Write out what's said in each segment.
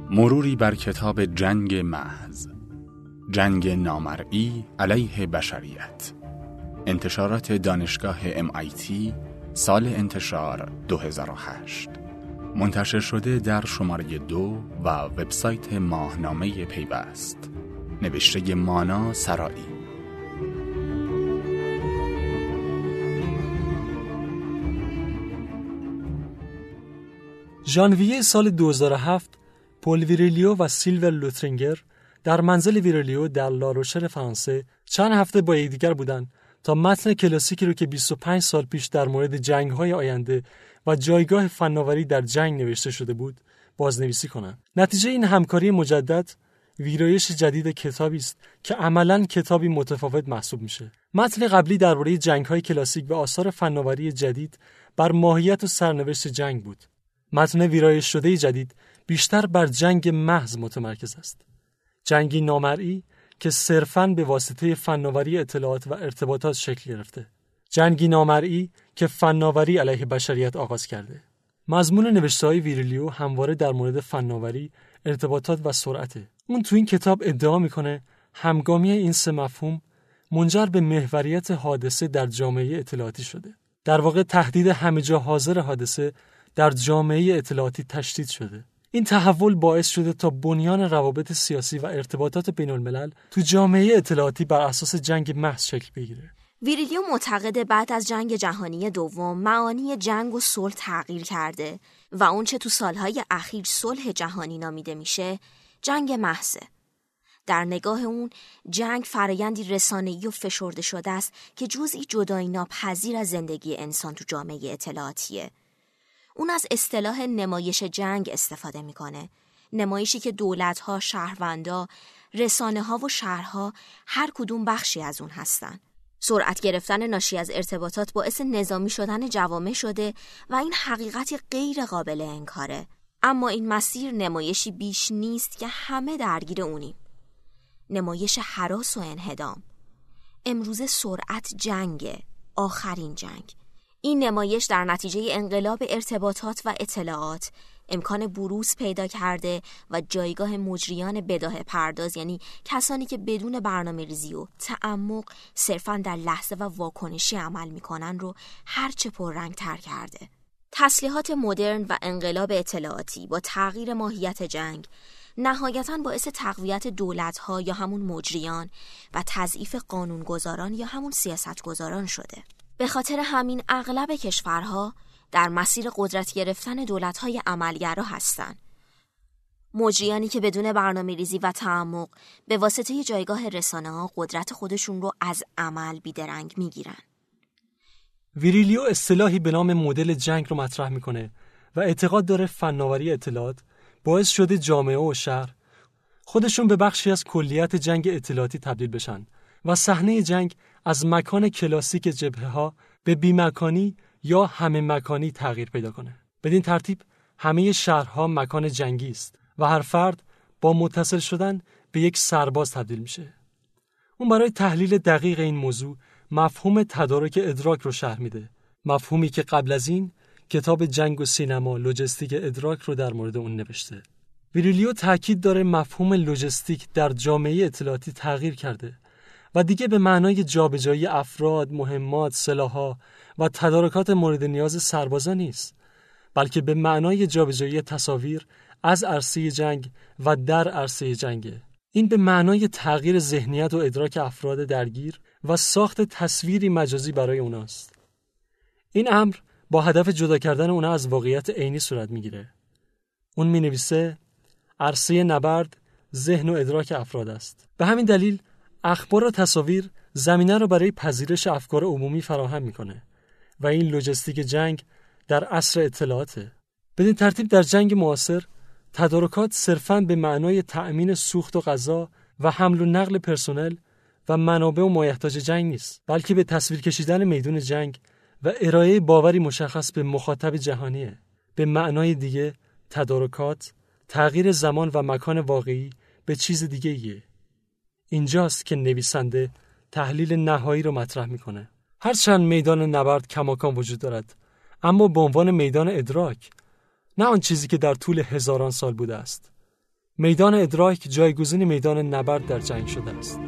مروری بر کتاب جنگ محض، جنگ نامرئی علیه بشریت. انتشارات دانشگاه MIT، سال انتشار 2008. منتشر شده در شماره 2 و وبسایت ماهنامه پیوست. نوشته مانا سرایی. ژانویه سال 2007 پل ویرلیو و سیلور لوترینگر در منزل ویرلیو در لاروشل فرانسه چند هفته با یکدیگر بودند تا متن کلاسیکی رو که 25 سال پیش در مورد جنگ‌های آینده و جایگاه فناوری در جنگ نوشته شده بود بازنویسی کنند. نتیجه این همکاری مجدد ویرایش جدید کتابی است که عملاً کتابی متفاوت محسوب میشه. متن قبلی درباره جنگ‌های کلاسیک و آثار فناوری جدید بر ماهیت و سرنوشت جنگ بود. متن ویرایش شده جدید بیشتر بر جنگ محض متمرکز است. جنگی نامرئی که صرفاً به واسطه فناوری اطلاعات و ارتباطات شکل گرفته. جنگی نامرئی که فناوری علیه بشریت آغاز کرده. مضمون نوشته‌های ویرلیو همواره در مورد فناوری، ارتباطات و سرعته. اون تو این کتاب ادعا میکنه همگامی این سه مفهوم منجر به محوریت حادثه در جامعه اطلاعاتی شده. در واقع تهدید همه جا حاضر حادثه در جامعه اطلاعاتی تشدید شده. این تحول باعث شده تا بنیان روابط سیاسی و ارتباطات بین الملل تو جامعه اطلاعاتی بر اساس جنگ محض شکل بگیره. ویرلیو معتقده بعد از جنگ جهانی دوم معانی جنگ و صلح تغییر کرده و اون چه تو سالهای اخیر صلح جهانی نامیده میشه جنگ محضه. در نگاه اون جنگ فرایندی رسانه‌ای و فشرده شده است که جزئی جدایی ناپذیر از زندگی انسان تو جامعه اطلاعاتیه. اون از اصطلاح نمایش جنگ استفاده میکنه. نمایشی که دولت‌ها، شهروندها، رسانه‌ها و شهرها هر کدوم بخشی از اون هستن. سرعت گرفتن ناشی از ارتباطات باعث نظامی شدن جوامع شده و این حقیقتی غیر قابل انکاره. اما این مسیر نمایشی بیش نیست که همه درگیر اونیم. نمایش هراس و انهدام. امروزه سرعت جنگه، آخرین جنگ. این نمایش در نتیجه انقلاب ارتباطات و اطلاعات امکان بروز پیدا کرده و جایگاه مجریان بداهه پرداز، یعنی کسانی که بدون برنامه‌ریزی و تعمق صرفاً در لحظه و واکنشی عمل میکنن رو هرچه پررنگ‌تر کرده. تسلیحات مدرن و انقلاب اطلاعاتی با تغییر ماهیت جنگ نهایتاً باعث تقویت دولت‌ها یا همون مجریان و تضعیف قانونگذاران یا همون سیاستگزاران شده. به خاطر همین اغلب کشورها در مسیر قدرت گرفتن دولت‌های عملگرا هستند. مجریانی که بدون برنامه‌ریزی و تعمق به واسطه جایگاه رسانه‌ها قدرت خودشون رو از عمل بیدرنگ میگیرن. ویرلیو اصطلاحی به نام مدل جنگ رو مطرح میکنه و اعتقاد داره فناوری اطلاعات باعث شده جامعه و شهر خودشون به بخشی از کلیت جنگ اطلاعاتی تبدیل بشن و صحنه جنگ از مکان کلاسیک جبهه‌ها به بی‌مکانی یا همه مکانی تغییر پیدا کنه. بدین ترتیب همه شهرها مکان جنگی است و هر فرد با متصل شدن به یک سرباز تبدیل میشه. اون برای تحلیل دقیق این موضوع مفهوم تدارک ادراک رو شرح میده. مفهومی که قبل از این کتاب جنگ و سینما لوجستیک ادراک رو در مورد اون نوشته. ویرلیو تاکید داره مفهوم لوجستیک در جامعه اطلاعاتی تغییر کرده و دیگه به معنای جابجایی افراد، مهمات، سلاح‌ها و تدارکات مورد نیاز سربازا نیست، بلکه به معنای جابجایی تصاویر از عرصه جنگ و در عرصه جنگه. این به معنای تغییر ذهنیت و ادراک افراد درگیر و ساخت تصویری مجازی برای اوناست. این امر با هدف جدا کردن اونا از واقعیت عینی صورت میگیره. اون مینویسه عرصه نبرد ذهن و ادراک افراد است. به همین دلیل اخبار و تصاویر زمینه را برای پذیرش افکار عمومی فراهم میکنه و این لوجستیک جنگ در عصر اطلاعاته. بدین ترتیب در جنگ معاصر تدارکات صرفاً به معنای تأمین سوخت و غذا و حمل و نقل پرسنل و منابع و مایحتاج جنگ نیست، بلکه به تصویر کشیدن میدان جنگ و ارائه باوری مشخص به مخاطب جهانیه. به معنای دیگه تدارکات تغییر زمان و مکان واقعی به چیز دیگه ایه. اینجاست که نویسنده تحلیل نهایی رو مطرح میکنه. هرچند میدان نبرد کماکان وجود دارد، اما به عنوان میدان ادراک، نه آن چیزی که در طول هزاران سال بوده است. میدان ادراک جایگزین میدان نبرد در جنگ شده است.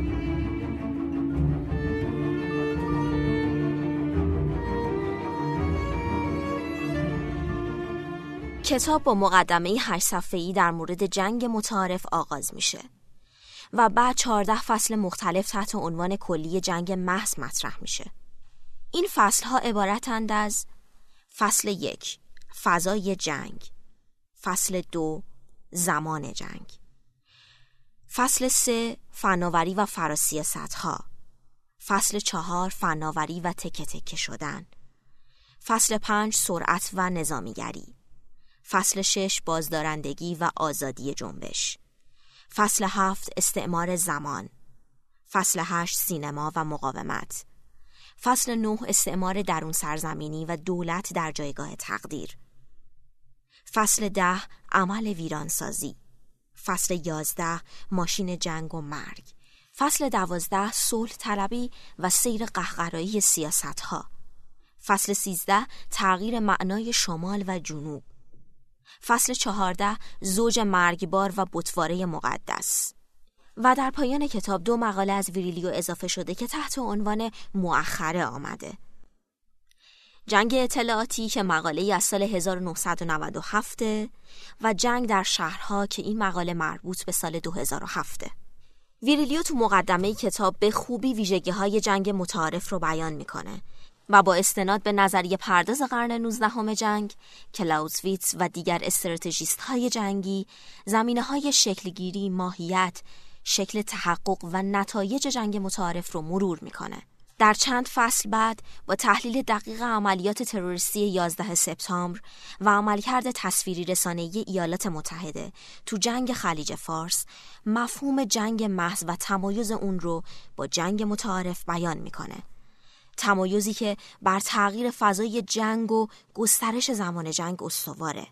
کتاب با مقدمه 8 صفحه‌ای در مورد جنگ متعارف آغاز میشه و بعد 14 فصل مختلف تحت عنوان کلی جنگ محض مطرح میشه. این فصلها عبارتند از فصل 1 فضای جنگ، فصل 2 زمان جنگ، فصل 3 فناوری و فراسیاست‌ها، فصل 4 فناوری و تکه تکه شدن، فصل 5 سرعت و نظامیگری، فصل 6 بازدارندگی و آزادی جنبش، فصل 7 استعمار زمان، فصل 8 سینما و مقاومت، فصل 9 استعمار درون سرزمینی و دولت در جایگاه تقدیر، فصل 10 عمل ویرانسازی، فصل 11 ماشین جنگ و مرگ، فصل 12 صلح طلبی و سیر قهقرایی سیاست‌ها، فصل 13 تغییر معنای شمال و جنوب، فصل 14 زوج مرگبار و بتواره مقدس. و در پایان کتاب 2 مقاله از ویریلیو اضافه شده که تحت عنوان مؤخره آمده. جنگ اطلاعاتی که مقاله از سال 1997 و جنگ در شهرها که این مقاله مربوط به سال 2007. ویریلیو تو مقدمه کتاب به خوبی ویژگی‌های جنگ متعارف رو بیان میکنه و با استناد به نظریه پرداز قرن 19 جنگ، کلاوزویتز و دیگر استراتژیست‌های جنگی، زمینه‌های شکلگیری، ماهیت، شکل تحقق و نتایج جنگ متعارف رو مرور میکنه. در چند فصل بعد با تحلیل دقیق عملیات تروریستی 11 سپتامبر و عملکرد تصویری رسانه‌ای ایالات متحده تو جنگ خلیج فارس، مفهوم جنگ محض و تمایز اون رو با جنگ متعارف بیان میکنه. تمایزی که بر تغییر فضای جنگ و گسترش زمان جنگ استواره.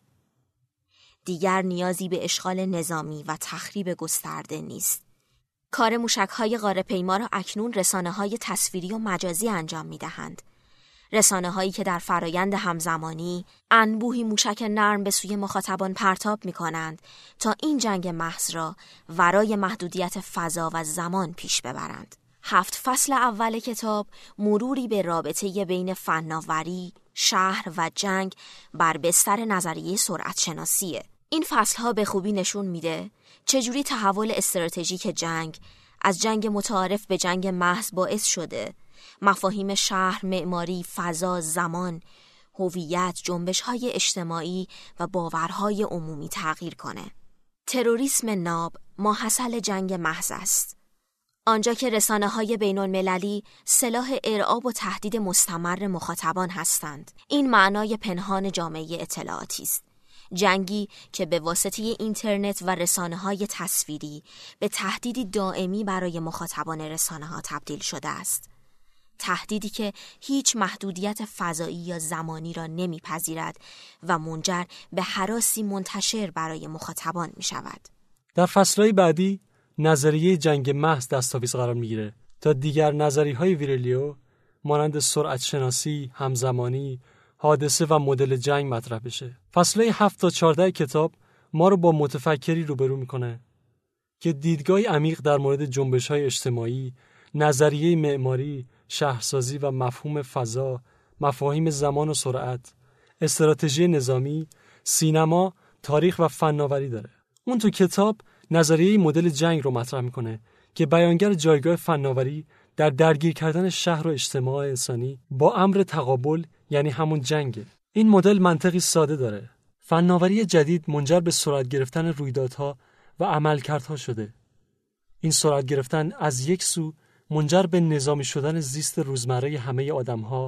دیگر نیازی به اشغال نظامی و تخریب گسترده نیست. کار موشک‌های غاره‌پیما را اکنون رسانه‌های تصویری و مجازی انجام می‌دهند. رسانه‌هایی که در فرایند همزمانی انبوهی موشک نرم به سوی مخاطبان پرتاب می‌کنند تا این جنگ محض را ورای محدودیت فضا و زمان پیش ببرند. 7 فصل اول کتاب مروری به رابطه بین فناوری، شهر و جنگ بر بستر نظریه سرعت شناسیه. این فصلها به خوبی نشون میده چجوری تحول استراتژیک جنگ از جنگ متعارف به جنگ محض باعث شده مفاهیم شهر، معماری، فضا، زمان، هویت، جنبش‌های اجتماعی و باورهای عمومی تغییر کنه. تروریسم ناب ماحصل جنگ محض است. آنجا که رسانه‌های بین‌المللی سلاح ارعاب و تهدید مستمر مخاطبان هستند. این معنای پنهان جامعه اطلاعاتی است. جنگی که به واسطه اینترنت و رسانه‌های تصویری به تهدیدی دائمی برای مخاطبان رسانه‌ها تبدیل شده است. تهدیدی که هیچ محدودیت فضایی یا زمانی را نمی‌پذیرد و منجر به هراسی منتشر برای مخاطبان می‌شود. در فصل‌های بعدی نظریه جنگ محض دستاویز قرار می‌گیره تا دیگر نظریه‌های ویریلیو مانند سرعت شناسی، همزمانی، حادثه و مدل جنگ مطرح بشه. فصل‌های 7 تا 14 کتاب ما رو با متفکری روبرو می‌کنه که دیدگاهی عمیق در مورد جنبش‌های اجتماعی، نظریه معماری، شهرسازی و مفهوم فضا، مفاهیم زمان و سرعت، استراتژی نظامی، سینما، تاریخ و فناوری داره. اون تو کتاب نظریه مدل جنگ رو مطرح میکنه که بیانگر جایگاه فناوری در درگیر کردن شهر و اجتماع انسانی با امر تقابل، یعنی همون جنگه. این مدل منطقی ساده داره. فناوری جدید منجر به سرعت گرفتن رویدادها و عملکردها شده. این سرعت گرفتن از یک سو منجر به نظامی شدن زیست روزمره همه آدم‌ها،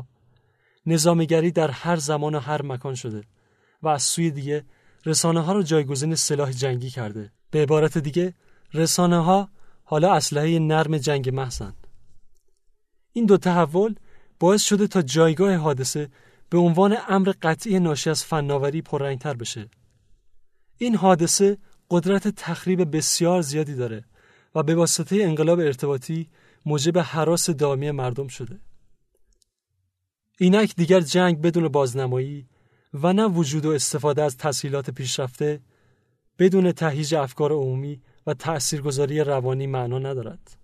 نظامیگری در هر زمان و هر مکان شده و از سوی دیگه رسانه‌ها رو جایگزین سلاح جنگی کرده. به عبارت دیگه رسانه‌ها حالا اسلحه نرم جنگ محضند. این دو تحول باعث شده تا جایگاه حادثه به عنوان امر قطعی ناشی از فناوری پررنگ‌تر بشه. این حادثه قدرت تخریب بسیار زیادی داره و به واسطه انقلاب ارتباطی موجب هراس دائمی مردم شده. اینک دیگر جنگ بدون بازنمایی و نه وجود و استفاده از تسهیلات پیشرفته بدون تهییج افکار عمومی و تأثیرگذاری روانی معنا ندارد.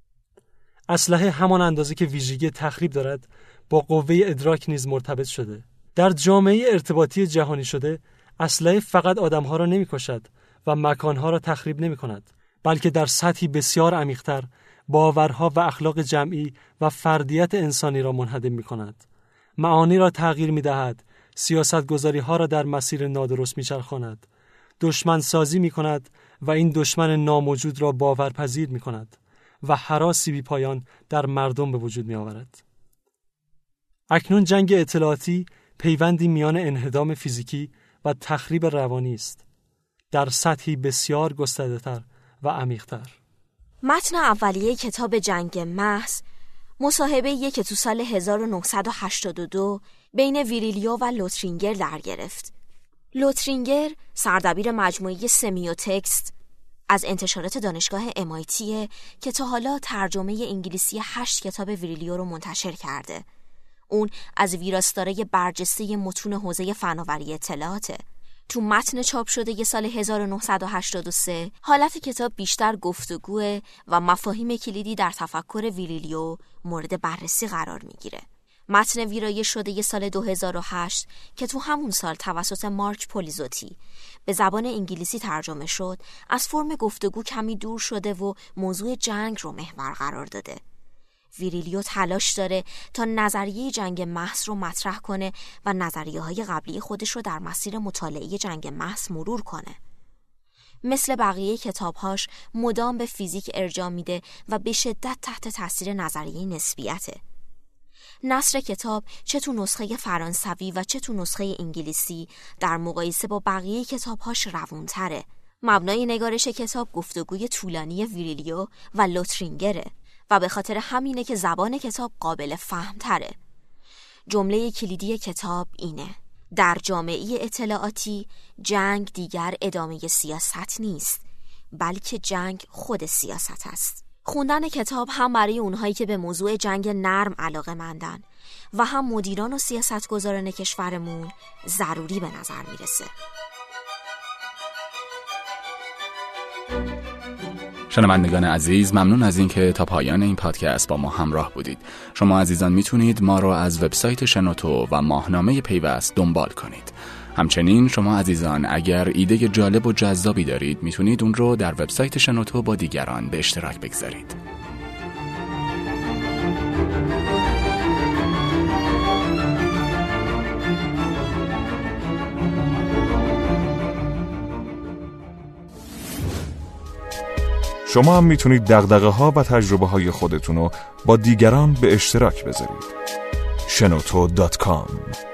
اسلحه همان اندازه که ویژگی تخریب دارد با قوه ادراک نیز مرتبط شده. در جامعه ارتباطی جهانی شده اسلحه فقط آدمها را نمی‌کشد و مکانها را تخریب نمی‌کند، بلکه در سطحی بسیار عمیق‌تر باورها و اخلاق جمعی و فردیت انسانی را منهدم می‌کند. معانی را تغییر می‌دهد، سیاست‌گذاری‌ها را در مسیر نادرست می‌چرخاند، دشمن سازی می‌کند و این دشمن ناموجود را باورپذیر می‌کند و هراسی بی پایان در مردم به وجود می‌آورد. اکنون جنگ اطلاعاتی پیوندی میان انهدام فیزیکی و تخریب روانی است، در سطحی بسیار گسترده‌تر و عمیق‌تر. متن اولیه کتاب جنگ محض مصاحبه‌ای که تو سال 1982 بین ویریلیو و لوترینگر در گرفت. لوترینگر سردبیر مجموعه سمیوتکست از انتشارات دانشگاه MIT که تا حالا ترجمه انگلیسی 8 کتاب ویریلیو رو منتشر کرده. اون از ویراستارای برجسته متون حوزه فناوری اطلاعاته. تو متن چاپ شده ی سال 1983 حالت کتاب بیشتر گفتگوه و مفاهیم کلیدی در تفکر ویریلیو مورد بررسی قرار میگیره. متن ویرایش شده ی سال 2008 که تو همون سال توسط مارک پولیزوتی به زبان انگلیسی ترجمه شد، از فرم گفتگو کمی دور شده و موضوع جنگ رو محور قرار داده. ویریلیو تلاش داره تا نظریه جنگ محض رو مطرح کنه و نظریه‌های قبلی خودش رو در مسیر مطالعه جنگ محض مرور کنه. مثل بقیه کتابهاش مدام به فیزیک ارجاع میده و به شدت تحت تاثیر نظریه نسبیته. نثر کتاب چه تو نسخه فرانسوی و چه تو نسخه انگلیسی در مقایسه با بقیه کتابهاش روونتره. مبنای نگارش کتاب گفتگوی طولانی ویریلیو و لوترینگره و به خاطر همینه که زبان کتاب قابل فهم تره. جمله کلیدی کتاب اینه: در جامعه اطلاعاتی جنگ دیگر ادامه سیاست نیست، بلکه جنگ خود سیاست است. خوندن کتاب هم برای اونهایی که به موضوع جنگ نرم علاقه مندن و هم مدیران و سیاستگزاران کشورمون ضروری به نظر میرسه. شنوندگان عزیز، ممنون از اینکه تا پایان این پادکست با ما همراه بودید. شما عزیزان میتونید ما رو از وبسایت شنوتو و ماهنامه پیوست دنبال کنید. همچنین شما عزیزان اگر ایده جالب و جذابی دارید میتونید اون رو در وبسایت شنوتو با دیگران به اشتراک بگذارید. شما هم میتونید دغدغه‌ها و تجربه‌های خودتون رو با دیگران به اشتراک بذارید. shenoto.com